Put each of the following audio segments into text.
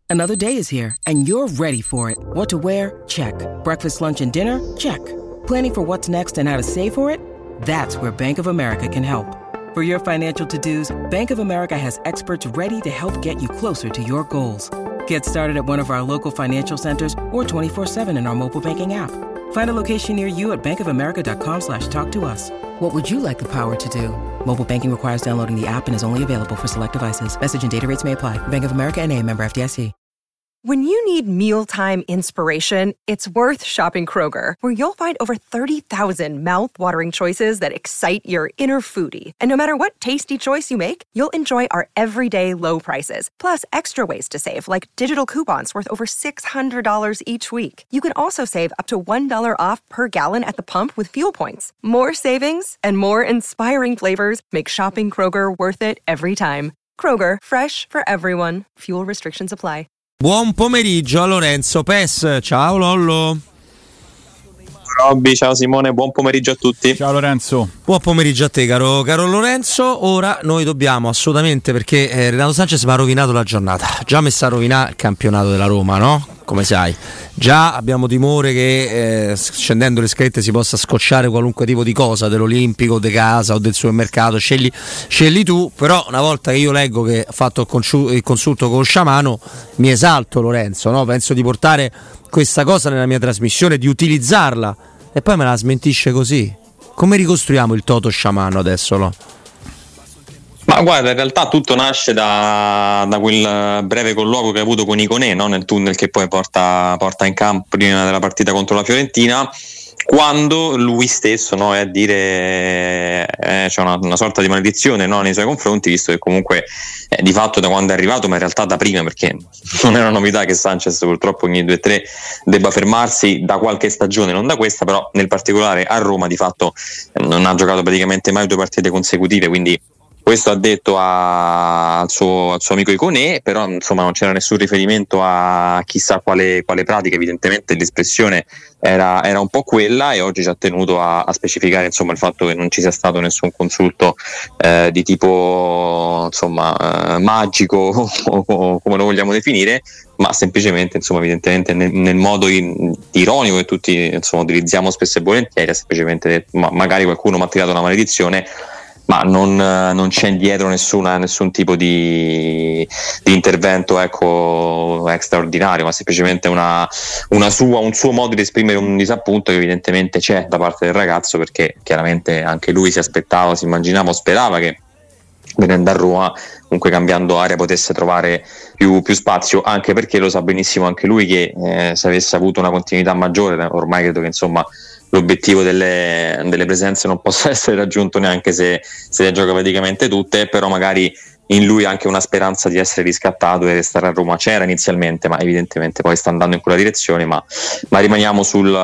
Another day is here, and you're ready for it. What to wear? Check. Breakfast, lunch, and dinner? Check. Planning for what's next and how to save for it? That's where Bank of America can help. For your financial to-dos, Bank of America has experts ready to help get you closer to your goals. Get started at one of our local financial centers or 24/7 in our mobile banking app. Find a location near you at bankofamerica.com/talktous. What would you like the power to do? Mobile banking requires downloading the app and is only available for select devices. Message and data rates may apply. Bank of America N.A., member FDIC. When you need mealtime inspiration, it's worth shopping Kroger, where you'll find over 30,000 mouth-watering choices that excite your inner foodie. And no matter what tasty choice you make, you'll enjoy our everyday low prices, plus extra ways to save, like digital coupons worth over $600 each week. You can also save up to $1 off per gallon at the pump with fuel points. More savings and more inspiring flavors make shopping Kroger worth it every time. Kroger, fresh for everyone. Fuel restrictions apply. Buon pomeriggio a Lorenzo Pes. Ciao Lollo. Robby, ciao Simone, buon pomeriggio a tutti. Ciao Lorenzo. Buon pomeriggio a te caro Lorenzo. Ora noi dobbiamo assolutamente, perché Renato Sanchez mi ha rovinato la giornata. Già messa a rovinare il campionato della Roma, no? Come sai, già abbiamo timore che scendendo le scalette si possa scocciare qualunque tipo di cosa, dell'Olimpico, di casa o del supermercato, scegli tu. Però una volta che io leggo che ha fatto il consulto con Sciamano, mi esalto Lorenzo, no? Penso di portare questa cosa nella mia trasmissione, di utilizzarla, e poi me la smentisce così. Come ricostruiamo il Toto Sciamano adesso, no? Ma guarda, in realtà tutto nasce da quel breve colloquio che ha avuto con Iconè, no? Nel tunnel che poi porta in campo prima della partita contro la Fiorentina, quando lui stesso, no, è a dire c'è una sorta di maledizione, no, nei suoi confronti, visto che comunque di fatto da quando è arrivato, ma in realtà da prima, perché non è una novità che Sanchez purtroppo ogni 2-3 debba fermarsi da qualche stagione, non da questa, però nel particolare a Roma di fatto non ha giocato praticamente mai 2 partite consecutive, quindi questo ha detto al suo amico Iconè, però insomma non c'era nessun riferimento a chissà quale pratica. Evidentemente l'espressione era un po' quella, e oggi ci ha tenuto a specificare insomma il fatto che non ci sia stato nessun consulto di tipo insomma magico o come lo vogliamo definire, ma semplicemente insomma evidentemente nel modo ironico che tutti insomma utilizziamo spesso e volentieri, ha semplicemente detto magari qualcuno mi ha tirato una maledizione, ma non c'è dietro nessun tipo di intervento, ecco, straordinario, ma semplicemente un suo modo di esprimere un disappunto che evidentemente c'è da parte del ragazzo, perché chiaramente anche lui si aspettava, si immaginava, spera che venendo a Roma comunque cambiando area potesse trovare più spazio, anche perché lo sa benissimo anche lui che se avesse avuto una continuità maggiore, ormai credo che insomma l'obiettivo delle presenze non possa essere raggiunto neanche se le gioca praticamente tutte, però magari in lui anche una speranza di essere riscattato e restare a Roma c'era inizialmente, ma evidentemente poi sta andando in quella direzione, ma rimaniamo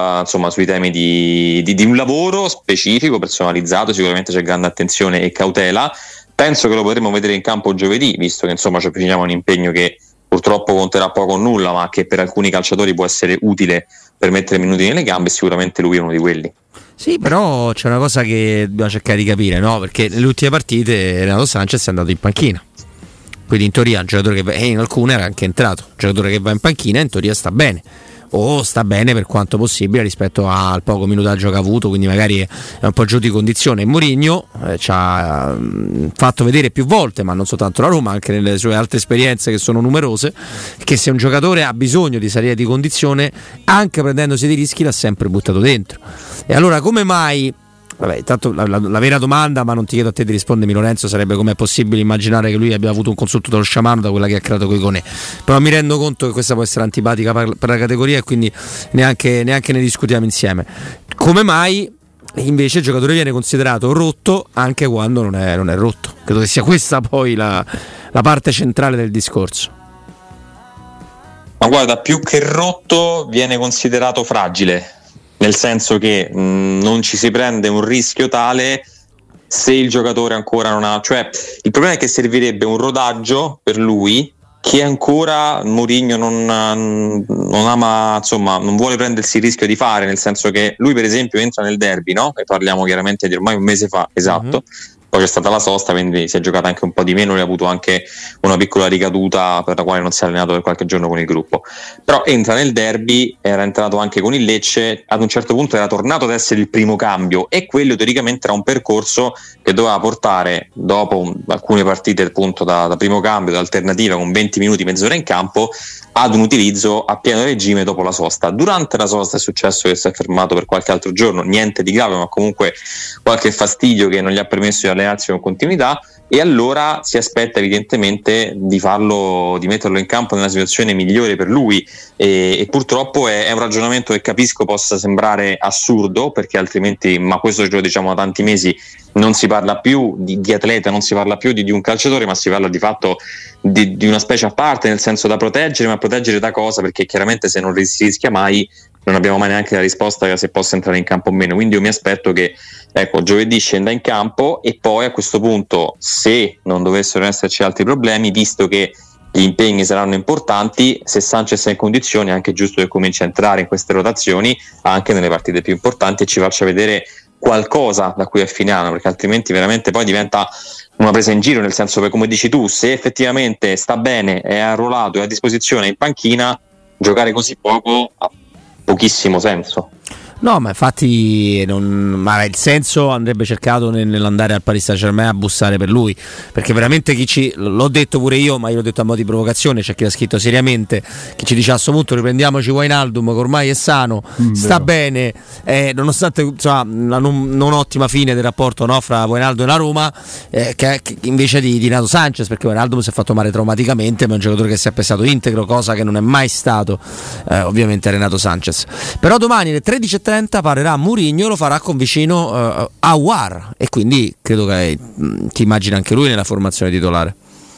sui temi di un lavoro specifico, personalizzato. Sicuramente c'è grande attenzione e cautela. Penso che lo potremo vedere in campo giovedì, visto che insomma ci avviciniamo a un impegno che purtroppo conterà poco o nulla, ma che per alcuni calciatori può essere utile per mettere minuti nelle gambe, e sicuramente lui è uno di quelli. Sì, però c'è una cosa che dobbiamo cercare di capire, no? Perché nelle ultime partite Renato Sanchez è andato in panchina, quindi in teoria un giocatore che in alcune era anche entrato, un giocatore che va in panchina in teoria sta bene, o sta bene per quanto possibile rispetto al poco minutaggio che ha avuto, quindi magari è un po' giù di condizione. Mourinho ci ha fatto vedere più volte, ma non soltanto la Roma, anche nelle sue altre esperienze che sono numerose, che se un giocatore ha bisogno di salire di condizione, anche prendendosi dei rischi, l'ha sempre buttato dentro. E allora come mai? Vabbè, intanto la vera domanda, ma non ti chiedo a te di rispondermi Lorenzo, sarebbe come è possibile immaginare che lui abbia avuto un consulto dallo Sciamano, da quella che ha creato coi Conè. Però mi rendo conto che questa può essere antipatica per la categoria, e quindi neanche ne discutiamo insieme. Come mai invece il giocatore viene considerato rotto anche quando non è rotto? Credo che sia questa poi la parte centrale del discorso. Ma guarda, più che rotto viene considerato fragile, nel senso che non ci si prende un rischio tale se il giocatore ancora non ha, cioè il problema è che servirebbe un rodaggio per lui che ancora Mourinho non ama, insomma non vuole prendersi il rischio di fare, nel senso che lui per esempio entra nel derby, no? E parliamo chiaramente di ormai un mese fa, esatto. poi c'è stata la sosta, quindi si è giocata anche un po' di meno, e ha avuto anche una piccola ricaduta per la quale non si è allenato per qualche giorno con il gruppo. Però entra nel derby, era entrato anche con il Lecce, ad un certo punto era tornato ad essere il primo cambio, e quello teoricamente era un percorso che doveva portare, dopo alcune partite appunto da primo cambio, da alternativa con 20 minuti, mezz'ora in campo, ad un utilizzo a pieno regime dopo la sosta. Durante la sosta è successo che si è fermato per qualche altro giorno, niente di grave, ma comunque qualche fastidio che non gli ha permesso di allenarsi con continuità, e allora si aspetta evidentemente di metterlo in campo nella situazione migliore per lui, e purtroppo è un ragionamento che capisco possa sembrare assurdo, perché altrimenti, ma questo ce lo diciamo da tanti mesi, non si parla più di atleta, non si parla più di un calciatore, ma si parla di fatto di una specie a parte, nel senso da proteggere, ma proteggere da cosa? Perché chiaramente se non si rischia mai, non abbiamo mai neanche la risposta se possa entrare in campo o meno. Quindi io mi aspetto che giovedì scenda in campo, e poi a questo punto, se non dovessero esserci altri problemi, visto che gli impegni saranno importanti, se Sanchez è in condizioni, è anche giusto che cominci a entrare in queste rotazioni anche nelle partite più importanti e ci faccia vedere qualcosa da qui a fine anno, perché altrimenti veramente poi diventa una presa in giro, nel senso che, come dici tu, se effettivamente sta bene, è arruolato, è a disposizione in panchina, giocare così poco ha pochissimo senso. No, ma infatti ma il senso andrebbe cercato nell'andare al Paris Saint-Germain a bussare per lui, perché veramente l'ho detto pure io, ma io l'ho detto a mo' di provocazione, c'è chi l'ha scritto seriamente, che ci dice a questo punto riprendiamoci Wijnaldum, che ormai è sano, sta bene, nonostante insomma la non ottima fine del rapporto, no, fra Wijnaldum e la Roma, che invece di Renato Sanchez, perché Wijnaldum si è fatto male traumaticamente, ma è un giocatore che si è pensato integro, cosa che non è mai stato ovviamente Renato Sanchez. Però domani alle 13:30 parlerà Mourinho, lo farà con vicino Aouar, e quindi credo che ti immagini anche lui nella formazione titolare.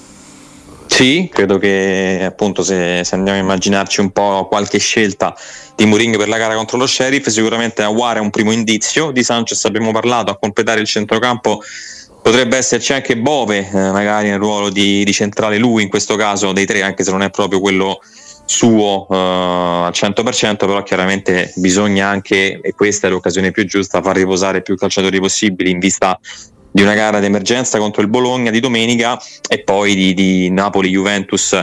Sì, credo che appunto se andiamo a immaginarci un po' qualche scelta di Mourinho per la gara contro lo Sheriff, sicuramente Aouar è un primo indizio. Di Sanchez abbiamo parlato, a completare il centrocampo potrebbe esserci anche Bove, magari nel ruolo di centrale lui in questo caso dei tre, anche se non è proprio quello suo al 100%, però chiaramente bisogna anche, e questa è l'occasione più giusta, far riposare più calciatori possibili in vista di una gara d'emergenza contro il Bologna di domenica, e poi di Napoli, Juventus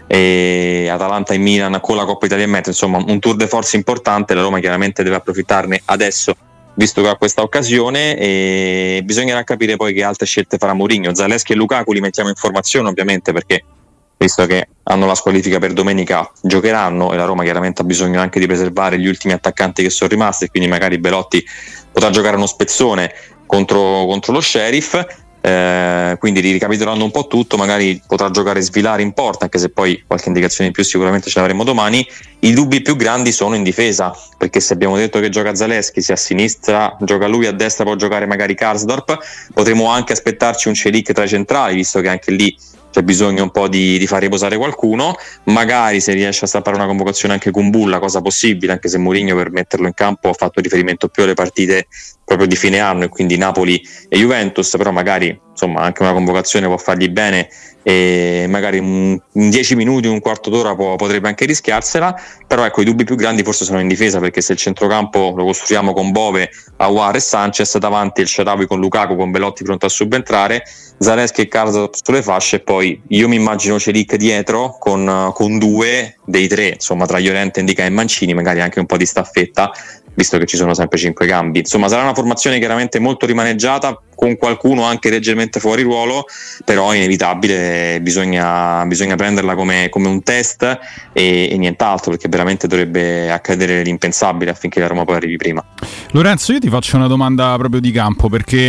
e Atalanta e Milan con la Coppa Italia in mezzo. Insomma, un tour de force importante, la Roma chiaramente deve approfittarne adesso visto che ha questa occasione, e bisognerà capire poi che altre scelte farà Mourinho. Zalewski e Lukaku li mettiamo in formazione ovviamente, perché visto che hanno la squalifica per domenica giocheranno, e la Roma chiaramente ha bisogno anche di preservare gli ultimi attaccanti che sono rimasti, quindi magari Belotti potrà giocare uno spezzone contro lo Sheriff, quindi ricapitolando un po' tutto, magari potrà giocare Svilare in porta, anche se poi qualche indicazione in più sicuramente ce l'avremo domani. I dubbi più grandi sono in difesa, perché se abbiamo detto che gioca Zalewski, se a sinistra gioca lui, a destra può giocare magari Karsdorp, potremo anche aspettarci un Celik tra i centrali, visto che anche lì c'è bisogno un po' di far riposare qualcuno, magari se riesce a strappare una convocazione anche Kumbulla, cosa possibile, anche se Mourinho per metterlo in campo ha fatto riferimento più alle partite proprio di fine anno, e quindi Napoli e Juventus, però magari insomma anche una convocazione può fargli bene, e magari in 10 minuti, un quarto d'ora potrebbe anche rischiarsela. Però ecco, i dubbi più grandi forse sono in difesa, perché se il centrocampo lo costruiamo con Bove, Aouar e Sanchez, davanti il Shaarawy con Lukaku, con Belotti pronto a subentrare, Zalewski e Karsdorp sulle fasce, e poi io mi immagino Celik dietro con due dei tre, insomma tra Llorente, Ndicà e Mancini, magari anche un po' di staffetta, visto che ci sono sempre 5 cambi. Insomma, sarà una formazione chiaramente molto rimaneggiata, con qualcuno anche leggermente fuori ruolo, però è inevitabile, bisogna prenderla come un test e nient'altro, perché veramente dovrebbe accadere l'impensabile affinché la Roma poi arrivi prima. Lorenzo, io ti faccio una domanda proprio di campo, perché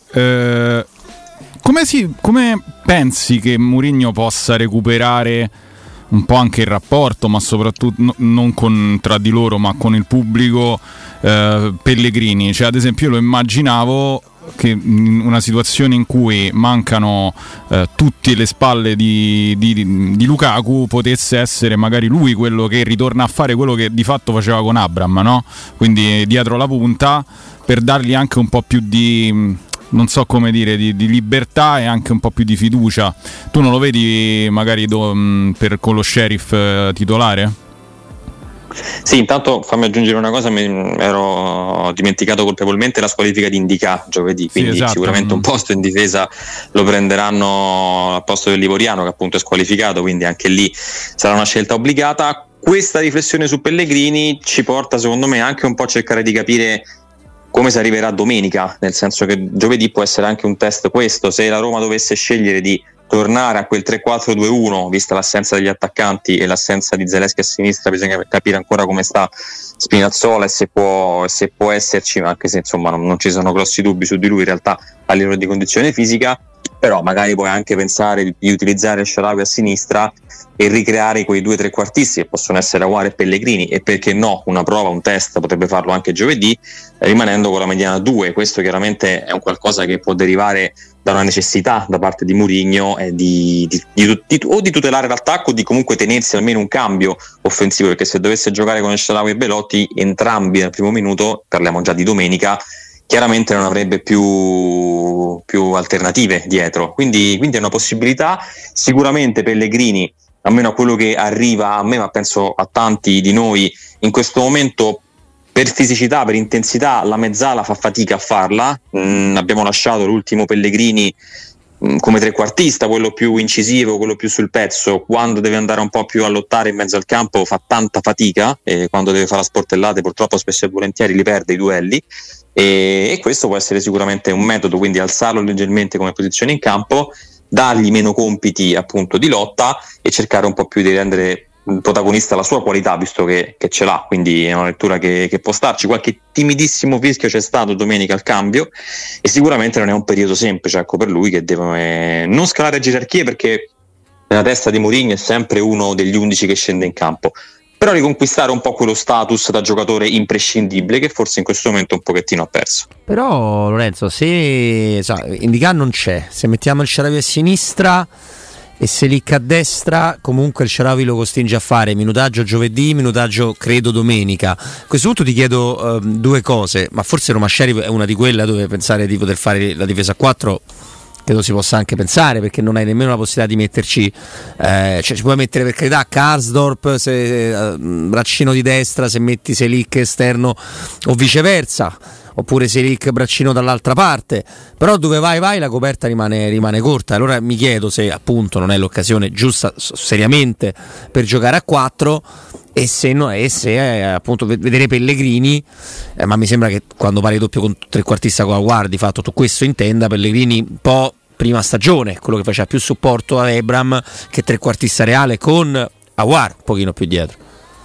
come pensi che Mourinho possa recuperare un po' anche il rapporto, ma soprattutto non tra di loro, ma con il pubblico, Pellegrini? Cioè, ad esempio, io lo immaginavo che in una situazione in cui mancano tutte le spalle di Lukaku, potesse essere magari lui quello che ritorna a fare quello che di fatto faceva con Abraham, no? Quindi dietro la punta, per dargli anche un po' più di, non so come dire, di libertà e anche un po' più di fiducia. Tu non lo vedi magari con lo Sheriff titolare? Sì, intanto fammi aggiungere una cosa, mi ero dimenticato colpevolmente la squalifica di Indica giovedì, quindi sì, esatto. Sicuramente un posto in difesa lo prenderanno al posto del Livoriano, che appunto è squalificato, quindi anche lì sarà una scelta obbligata. Questa riflessione su Pellegrini ci porta secondo me anche un po' a cercare di capire come si arriverà domenica, nel senso che giovedì può essere anche un test questo, se la Roma dovesse scegliere di tornare a quel 3-4-2-1, vista l'assenza degli attaccanti e l'assenza di Zalewski a sinistra, bisogna capire ancora come sta Spinazzola e se può esserci, anche se insomma non ci sono grossi dubbi su di lui in realtà a livello di condizione fisica, però magari puoi anche pensare di utilizzare Shaarawy a sinistra e ricreare quei 2 trequartisti che possono essere Aouar e Pellegrini, e perché no, una prova, un test potrebbe farlo anche giovedì, rimanendo con la mediana 2. Questo chiaramente è un qualcosa che può derivare da una necessità da parte di Mourinho di tutelare l'attacco, di comunque tenersi almeno un cambio offensivo, perché se dovesse giocare con Shaarawy e Belotti entrambi nel primo minuto, parliamo già di domenica, chiaramente non avrebbe più alternative dietro, quindi è una possibilità. Sicuramente Pellegrini, almeno a quello che arriva a me, ma penso a tanti di noi in questo momento, per fisicità, per intensità, la mezzala fa fatica a farla. Abbiamo lasciato l'ultimo Pellegrini come trequartista, quello più incisivo, quello più sul pezzo. Quando deve andare un po' più a lottare in mezzo al campo fa tanta fatica, e quando deve fare la sportellate purtroppo spesso e volentieri li perde i duelli, e questo può essere sicuramente un metodo, quindi alzarlo leggermente come posizione in campo, dargli meno compiti appunto di lotta e cercare un po' più di rendere protagonista la sua qualità, visto che ce l'ha, quindi è una lettura che può starci. Qualche timidissimo fischio c'è stato domenica al cambio e sicuramente non è un periodo semplice, ecco, per lui, che deve non scalare gerarchie, perché nella testa di Mourinho è sempre uno degli 11 che scende in campo, però riconquistare un po' quello status da giocatore imprescindibile che forse in questo momento un pochettino ha perso. Però Lorenzo, se Indica non c'è, se mettiamo il Shaarawy a sinistra e Selic a destra, comunque il Shaarawy lo costringe a fare minutaggio giovedì, minutaggio credo domenica. A questo punto ti chiedo due cose, ma forse Roma Sheriff è una di quelle dove pensare di poter fare la difesa a 4, credo si possa anche pensare, perché non hai nemmeno la possibilità di metterci, cioè ci puoi mettere per carità Karsdorp, braccino di destra, se metti Selic esterno o viceversa, oppure Selic braccino dall'altra parte, però dove vai la coperta rimane corta. Allora mi chiedo se appunto non è l'occasione giusta seriamente per giocare a 4 e se appunto vedere Pellegrini, ma mi sembra che quando pari doppio con trequartista con Aouar di fatto tu questo intenda. Pellegrini un po' prima stagione, quello che faceva più supporto a Ebram che trequartista reale, con Aouar un pochino più dietro.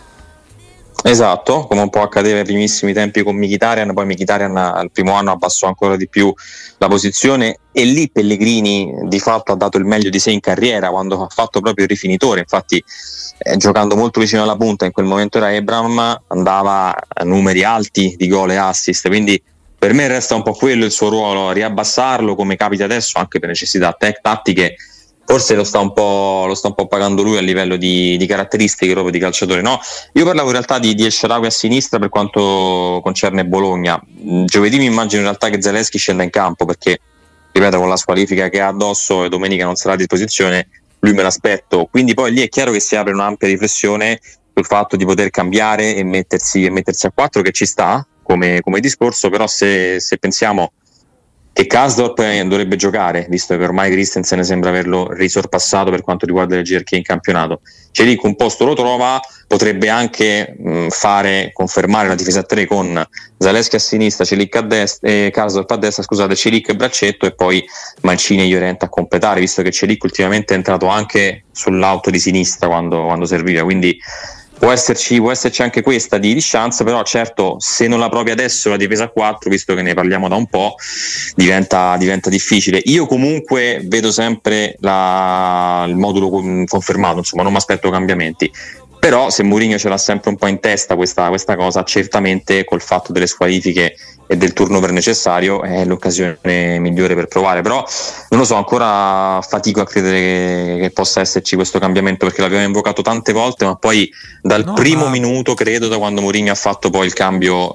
Esatto, come un po' accadeva ai primissimi tempi con Mkhitaryan, poi Mkhitaryan al primo anno abbassò ancora di più la posizione e lì Pellegrini di fatto ha dato il meglio di sé in carriera, quando ha fatto proprio il rifinitore. Infatti giocando molto vicino alla punta, in quel momento era Ebram, andava a numeri alti di gol e assist, quindi per me resta un po' quello il suo ruolo, riabbassarlo come capita adesso anche per necessità tattiche. Forse lo sta un po' pagando lui a livello di caratteristiche proprio di calciatore, no? Io parlavo in realtà di El Shaarawy a sinistra per quanto concerne Bologna. Giovedì mi immagino in realtà che Zalewski scenda in campo, perché ripeto, con la squalifica che ha addosso e domenica non sarà a disposizione, lui me l'aspetto. Quindi poi lì è chiaro che si apre un'ampia riflessione sul fatto di poter cambiare e mettersi a 4, che ci sta come discorso. Però se pensiamo che Karsdorp dovrebbe giocare, visto che ormai Christensen sembra averlo risorpassato per quanto riguarda le gerarchie in campionato, Celic un posto lo trova, potrebbe anche confermare la difesa a 3 con Zalewski a sinistra, Celic a destra, Karsdorp a destra, scusate, Celic e braccetto, e poi Mancini e Llorente a completare, visto che Celic ultimamente è entrato anche sull'auto di sinistra quando serviva, quindi può esserci anche questa di chance. Però certo, se non la provi adesso la difesa a 4, visto che ne parliamo da un po', diventa difficile. Io comunque vedo sempre il modulo confermato, insomma non mi aspetto cambiamenti. Però se Mourinho ce l'ha sempre un po' in testa questa cosa, certamente col fatto delle squalifiche e del turnover necessario è l'occasione migliore per provare. Però non lo so, ancora fatico a credere che possa esserci questo cambiamento, perché l'abbiamo invocato tante volte, ma poi dal primo minuto, credo, da quando Mourinho ha fatto poi il cambio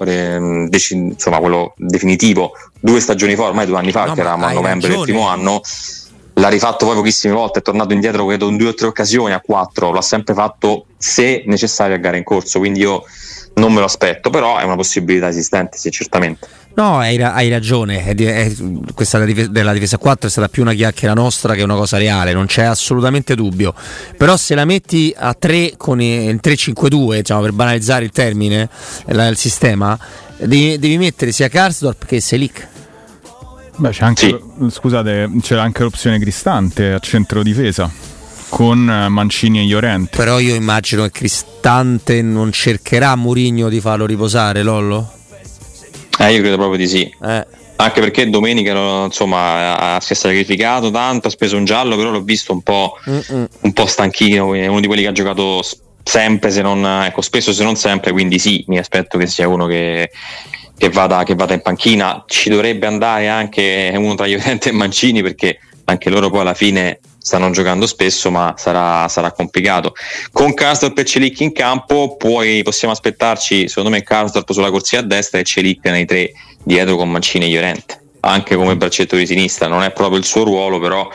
quello definitivo 2 stagioni fa, ormai 2 anni fa, che eravamo a novembre del primo anno, l'ha rifatto poi pochissime volte, è tornato indietro credo in 2 o 3 occasioni a 4, l'ha sempre fatto se necessario a gare in corso, quindi io non me lo aspetto, però è una possibilità esistente, sì, certamente. No, hai ragione, questa della difesa 4 è stata più una chiacchiera nostra che una cosa reale, non c'è assolutamente dubbio, però se la metti a 3 con il 3-5-2, diciamo, per banalizzare il termine, il sistema, devi mettere sia Karsdorp che Selic. Beh, c'è anche, scusate, c'è anche l'opzione Cristante a centro difesa con Mancini e Llorente. Però io immagino che Cristante non cercherà Mourinho di farlo riposare, Lollo? Io credo proprio di sì. Anche perché domenica insomma si è sacrificato tanto, ha speso un giallo, però l'ho visto un po' stanchino, è uno di quelli che ha giocato sempre, se non spesso se non sempre, quindi sì, mi aspetto che sia uno che vada in panchina. Ci dovrebbe andare anche uno tra Llorente e Mancini, perché anche loro poi alla fine stanno giocando spesso, ma sarà complicato. Con Karsdorp e Celik in campo possiamo aspettarci, secondo me, Karsdorp sulla corsia a destra e Celik nei 3 dietro con Mancini e Llorente, anche come braccetto di sinistra. Non è proprio il suo ruolo, però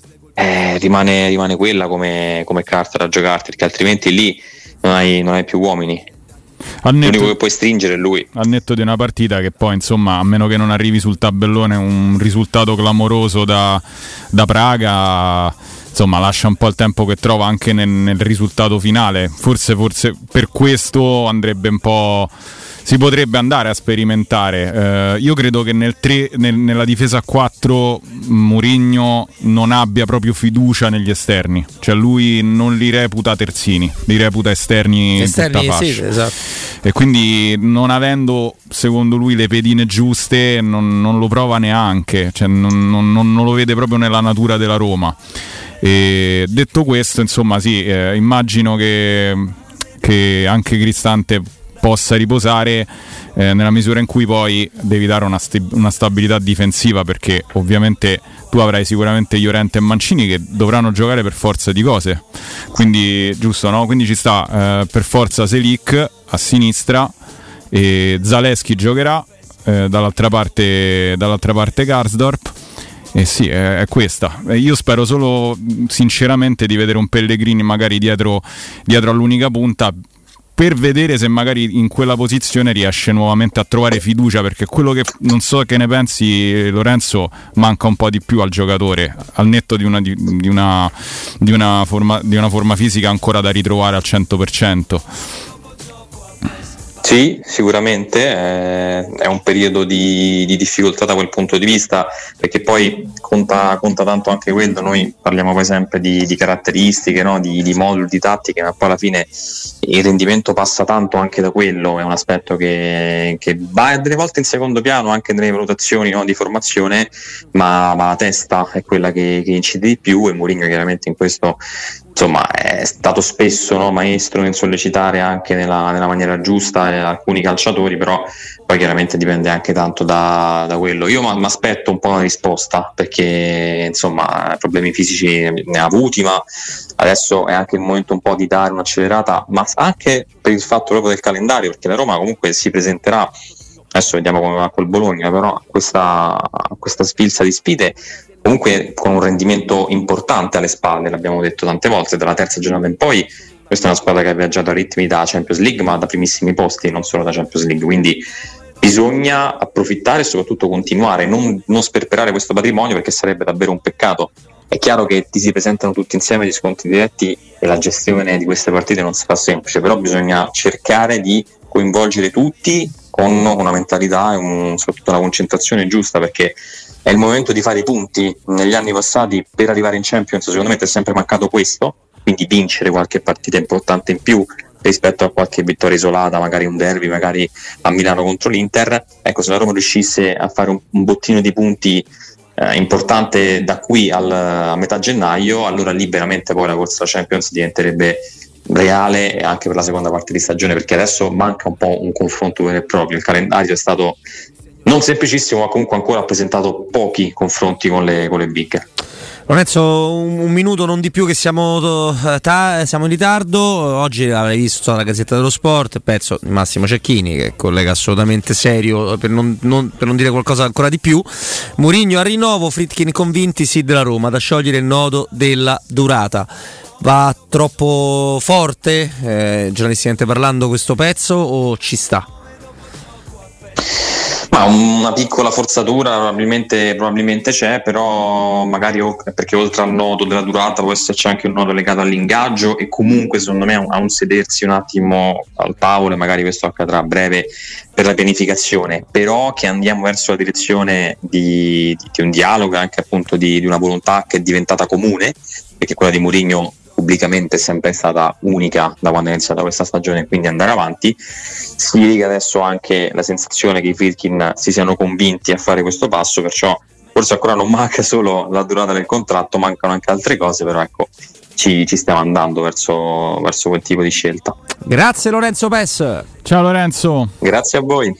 rimane quella come carta da giocarti, perché altrimenti lì non hai più uomini. L'unico che puoi stringere è lui. Al netto di una partita che poi, insomma, a meno che non arrivi sul tabellone un risultato clamoroso da Praga, insomma, lascia un po' il tempo che trova anche nel risultato finale. Forse per questo andrebbe un po', si potrebbe andare a sperimentare. Io credo che nella difesa a 4 Mourinho non abbia proprio fiducia negli esterni, cioè lui non li reputa terzini, li reputa esterni in tutta fascia. Sì, esatto. E quindi, non avendo secondo lui le pedine giuste, non lo prova neanche, cioè non lo vede proprio nella natura della Roma. E detto questo, insomma, sì, immagino che anche Cristante possa riposare nella misura in cui poi devi dare una stabilità difensiva, perché ovviamente tu avrai sicuramente Llorente e Mancini che dovranno giocare per forza di cose, quindi giusto, no? Quindi ci sta per forza Selic a sinistra e Zalewski giocherà dall'altra parte Karsdorp. Sì, è questa. Io spero solo sinceramente di vedere un Pellegrini magari dietro all'unica punta, per vedere se magari in quella posizione riesce nuovamente a trovare fiducia, perché quello che non so che ne pensi, Lorenzo, manca un po' di più al giocatore, al netto di una forma fisica ancora da ritrovare al 100%. Sì, sicuramente è un periodo di difficoltà da quel punto di vista, perché poi conta tanto anche quello. Noi parliamo poi sempre di caratteristiche, no? di moduli, di tattiche, ma poi alla fine il rendimento passa tanto anche da quello. È un aspetto che va delle volte in secondo piano anche nelle valutazioni, no? di formazione, ma la testa è quella che incide di più, e Mourinho chiaramente in questo, insomma, è stato spesso, no, maestro nel sollecitare anche nella maniera giusta alcuni calciatori, però poi chiaramente dipende anche tanto da quello. Io mi aspetto un po' una risposta, perché insomma problemi fisici ne ha avuti, ma adesso è anche il momento un po' di dare un'accelerata, ma anche per il fatto proprio del calendario, perché la Roma comunque si presenterà, adesso vediamo come va col Bologna, però questa sfilza di sfide comunque con un rendimento importante alle spalle, l'abbiamo detto tante volte, dalla terza giornata in poi. Questa è una squadra che ha viaggiato a ritmi da Champions League, ma da primissimi posti, non solo da Champions League, quindi bisogna approfittare e soprattutto continuare, non sperperare questo patrimonio, perché sarebbe davvero un peccato. È chiaro che ti si presentano tutti insieme gli scontri diretti e la gestione di queste partite non sarà semplice, però bisogna cercare di coinvolgere tutti con una mentalità e soprattutto una concentrazione giusta, perché è il momento di fare i punti. Negli anni passati per arrivare in Champions secondo me ti è sempre mancato questo, quindi vincere qualche partita importante in più rispetto a qualche vittoria isolata, magari un derby, magari a Milano contro l'Inter. Ecco, se la Roma riuscisse a fare un bottino di punti importante da qui a metà gennaio, allora lì veramente poi la corsa alla Champions diventerebbe reale anche per la seconda parte di stagione, perché adesso manca un po' un confronto vero e proprio. Il calendario è stato non semplicissimo, ma comunque ancora ha presentato pochi confronti con le big. Lorenzo, un minuto non di più che siamo in ritardo. Oggi avrei visto la Gazzetta dello Sport, pezzo di Massimo Cecchini, che è collega assolutamente serio, per non dire qualcosa ancora di più. Mourinho a rinnovo, Friedkin convinti, sì della Roma, da sciogliere il nodo della durata. Va troppo forte, giornalisticamente parlando, questo pezzo, o ci sta? Ma una piccola forzatura probabilmente c'è, però magari perché oltre al nodo della durata può esserci anche un nodo legato all'ingaggio, e comunque secondo me a un sedersi un attimo al tavolo, e magari questo accadrà a breve per la pianificazione, però che andiamo verso la direzione di un dialogo, anche appunto di una volontà che è diventata comune, perché quella di Mourinho pubblicamente è sempre stata unica da quando è iniziata questa stagione, quindi andare avanti. Si riga adesso anche la sensazione che i Friedkin si siano convinti a fare questo passo, perciò forse ancora non manca solo la durata del contratto, mancano anche altre cose, però ecco, ci stiamo andando verso quel tipo di scelta. Grazie Lorenzo Pes. Ciao Lorenzo. Grazie a voi.